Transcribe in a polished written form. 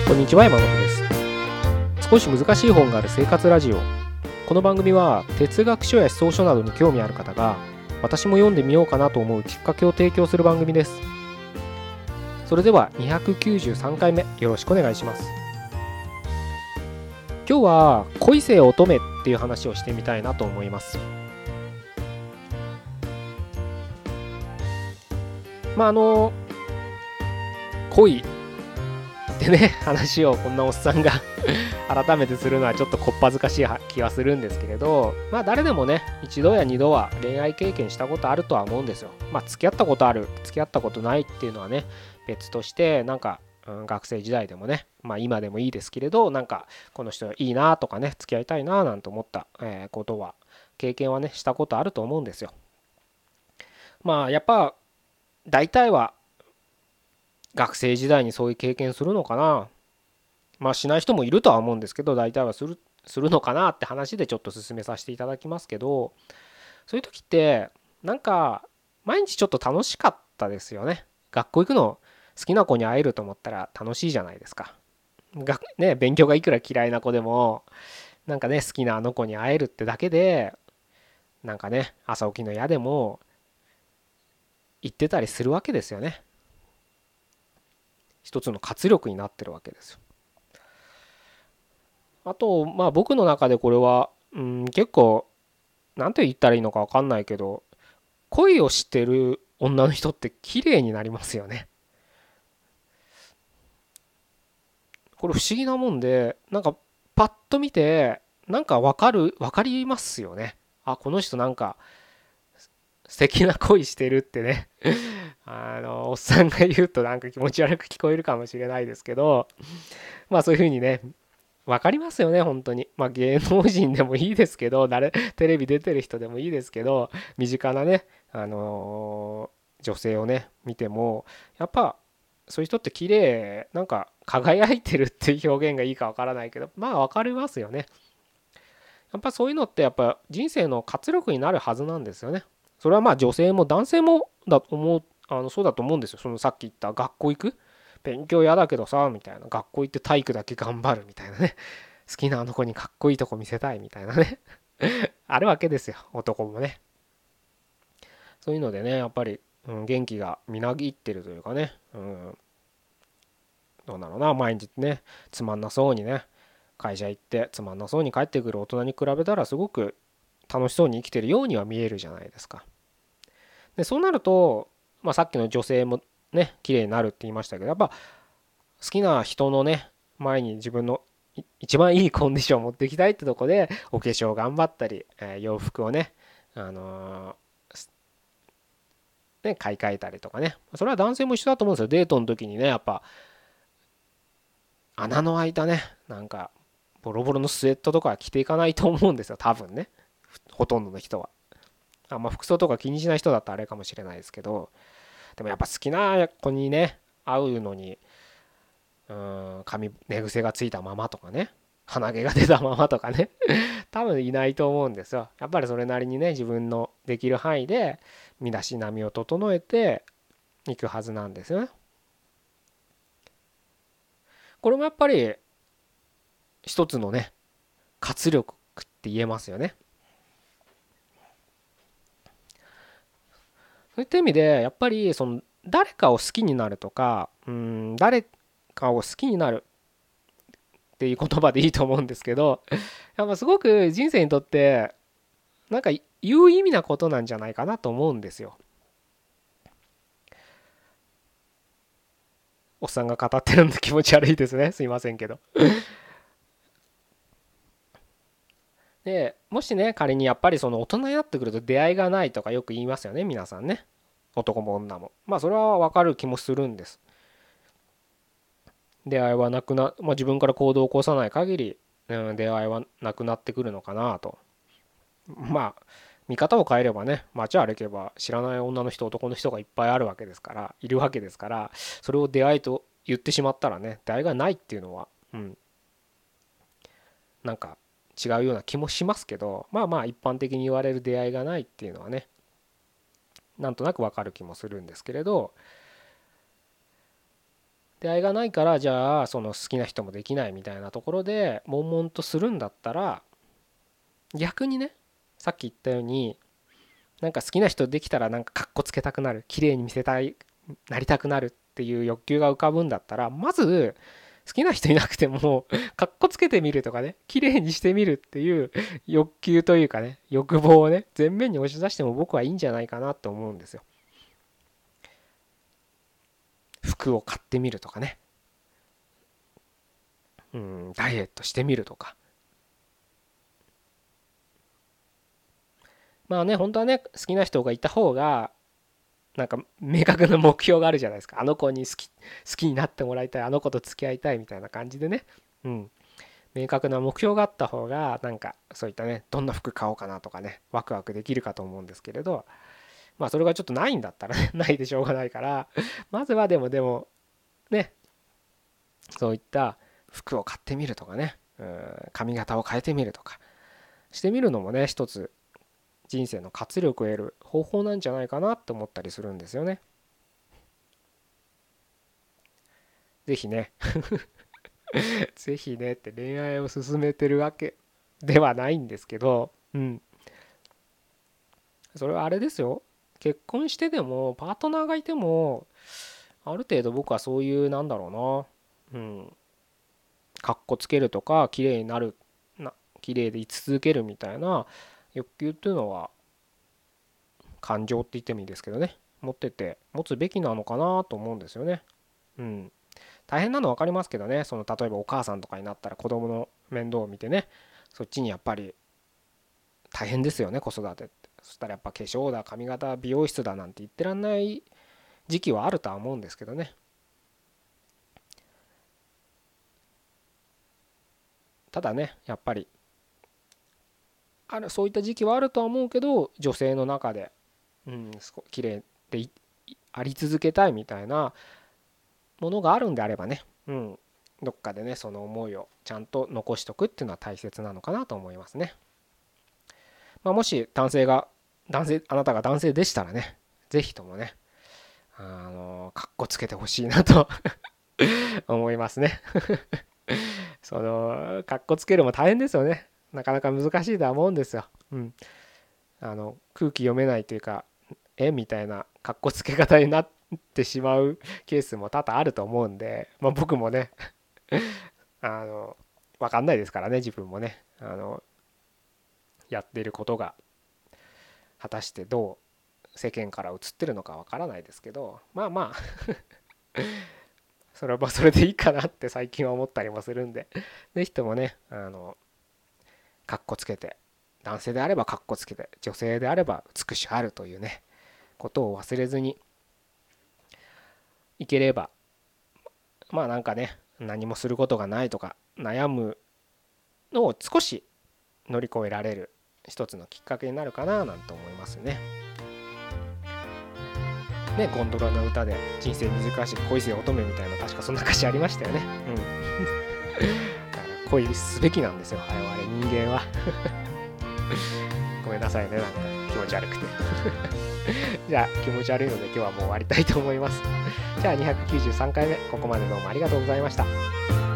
こんにちは、山本です。少し難しい本がある生活ラジオ。この番組は哲学書や思想書などに興味ある方が、私も読んでみようかなと思うきっかけを提供する番組です。それでは293回目、よろしくお願いします。今日は恋せよ乙女っていう話をしてみたいなと思います。恋ってね話をこんなおっさんが改めてするのはちょっとこっぱずかしい気がするんですけれど、誰でもね一度や二度は恋愛経験したことあるとは思うんですよ。付き合ったことある付き合ったことないっていうのはね別として、学生時代でもね、今でもいいですけれど、この人いいなとかね付き合いたいななんて思った、ことは経験はねしたことあると思うんですよ。やっぱ大体は学生時代にそういう経験するのかな。しない人もいるとは思うんですけど、大体はするのかなって話でちょっと進めさせていただきますけど、そういう時って毎日ちょっと楽しかったですよね。学校行くの好きな子に会えると思ったら楽しいじゃないですか。勉強がいくら嫌いな子でも好きなあの子に会えるってだけで朝起きの嫌でも行ってたりするわけですよね。一つの活力になってるわけですよ。あと僕の中でこれは、結構なんて言ったらいいのか分かんないけど、恋をしてる女の人って綺麗になりますよね。これ不思議なもんで、パッと見て分かりますよね。この人素敵な恋してるってねおっさんが言うと気持ち悪く聞こえるかもしれないですけど、そういう風にね分かりますよね、本当に。芸能人でもいいですけど、テレビ出てる人でもいいですけど、身近なね、女性をね、見ても、やっぱ、そういう人って綺麗、輝いてるっていう表現がいいかわからないけど、分かりますよね。やっぱそういうのって、やっぱ人生の活力になるはずなんですよね。それは女性も男性もだと思う、そうだと思うんですよ。そのさっき言った学校行く勉強嫌だけどさみたいな、学校行って体育だけ頑張るみたいなね、好きなあの子にかっこいいとこ見せたいみたいなねあるわけですよ、男もね。そういうのでねやっぱり、元気がみなぎってるというかね、どうだろうな、毎日ねつまんなそうにね会社行ってつまんなそうに帰ってくる大人に比べたらすごく楽しそうに生きてるようには見えるじゃないですか。でそうなると、さっきの女性もね綺麗になるって言いましたけど、やっぱ好きな人のね前に自分の一番いいコンディションを持っていきたいってとこでお化粧頑張ったり、洋服をね、あの買い替えたりとかね、それは男性も一緒だと思うんですよ。デートの時にねやっぱ穴の開いたねボロボロのスウェットとか着ていかないと思うんですよ、多分ね。ほとんどの人は服装とか気にしない人だったらあれかもしれないですけど、でもやっぱ好きな子にね会うのに、髪寝癖がついたままとかね、鼻毛が出たままとかね多分いないと思うんですよ。やっぱりそれなりにね自分のできる範囲で身だしなみを整えていくはずなんですよね。これもやっぱり一つのね活力って言えますよね。そういった意味でやっぱりその誰かを好きになるとか、誰かを好きになるっていう言葉でいいと思うんですけど、やっぱすごく人生にとって有意味なことなんじゃないかなと思うんですよ。おっさんが語ってるんで気持ち悪いですね、すいませんけど。でもしね仮にやっぱりその大人になってくると出会いがないとかよく言いますよね、皆さんね。男も女もそれは分かる気もするんです。出会いはなくな、自分から行動を起こさない限り、出会いはなくなってくるのかなと。見方を変えればね街歩けば知らない女の人男の人がいっぱいあるわけですからいるわけですから、それを出会いと言ってしまったらね出会いがないっていうのは、なんか違うような気もしますけど、一般的に言われる出会いがないっていうのはねなんとなくわかる気もするんですけれど、 出会いがないから、じゃあその好きな人もできないみたいなところで悶々とするんだったら、逆にね、さっき言ったように、なんか好きな人できたらなんかかっこつけたくなる、綺麗に見せたい、なりたくなるっていう欲求が浮かぶんだったら、まず好きな人いなくてもかっこつけてみるとかね、綺麗にしてみるっていう欲求というかね、欲望をね、前面に押し出しても僕はいいんじゃないかなと思うんですよ。服を買ってみるとかね、ダイエットしてみるとか。まあね、本当はね、好きな人がいた方が、なんか明確な目標があるじゃないですか。あの子に好きになってもらいたい、あの子と付き合いたいみたいな感じでね。うん。明確な目標があった方が、なんかそういったね、どんな服買おうかなとかね、ワクワクできるかと思うんですけれど、まあそれがちょっとないんだったらね、ないでしょうがないから、まずはでもね、そういった服を買ってみるとかね、髪型を変えてみるとかしてみるのもね、一つ人生の活力を得る方法なんじゃないかなって思ったりするんですよね。ぜひねぜひねって恋愛を進めてるわけではないんですけど、それはあれですよ。結婚してでもパートナーがいても、ある程度僕はそういうなんだろうな、かっこつけるとか綺麗になる綺麗で居続けるみたいな欲求っていうのは、感情って言ってもいいですけどね、持つべきなのかなと思うんですよね。大変なの分かりますけどね、その例えばお母さんとかになったら子供の面倒を見てね、そっちにやっぱり大変ですよね、子育てって。そしたらやっぱ化粧だ、髪型、美容室だなんて言ってらんない時期はあるとは思うんですけどね。ただね、やっぱりそういった時期はあるとは思うけど、女性の中で綺麗であり続けたいみたいなものがあるんであればね、どっかでね、その思いをちゃんと残しとくっていうのは大切なのかなと思いますね。もしあなたが男性でしたらね、ぜひともね、かっこつけてほしいなと思いますね。かっこつけるも大変ですよね。なかなか難しいとは思うんですよ。空気読めないというか、みたいなかっこつけ方になってしまうケースも多々あると思うんで、僕もね分かんないですからね、自分もねやっていることが果たしてどう世間から映ってるのか分からないですけど、それはそれでいいかなって最近は思ったりもするんで、ぜひともねかっこつけて、男性であればかっこつけて、女性であれば美しあるというねことを忘れずにいければ、なんかね、何もすることがないとか悩むのを少し乗り越えられる一つのきっかけになるかななんて思いますね。ゴンドラの歌で人生短し恋せよ乙女みたいな、確かそんな歌詞ありましたよね。だから恋すべきなんですよ、我々人間は。ごめんなさいね、なんか気持ち悪くて。じゃあ気持ち悪いので今日はもう終わりたいと思います。じゃあ293回目、ここまでどうもありがとうございました。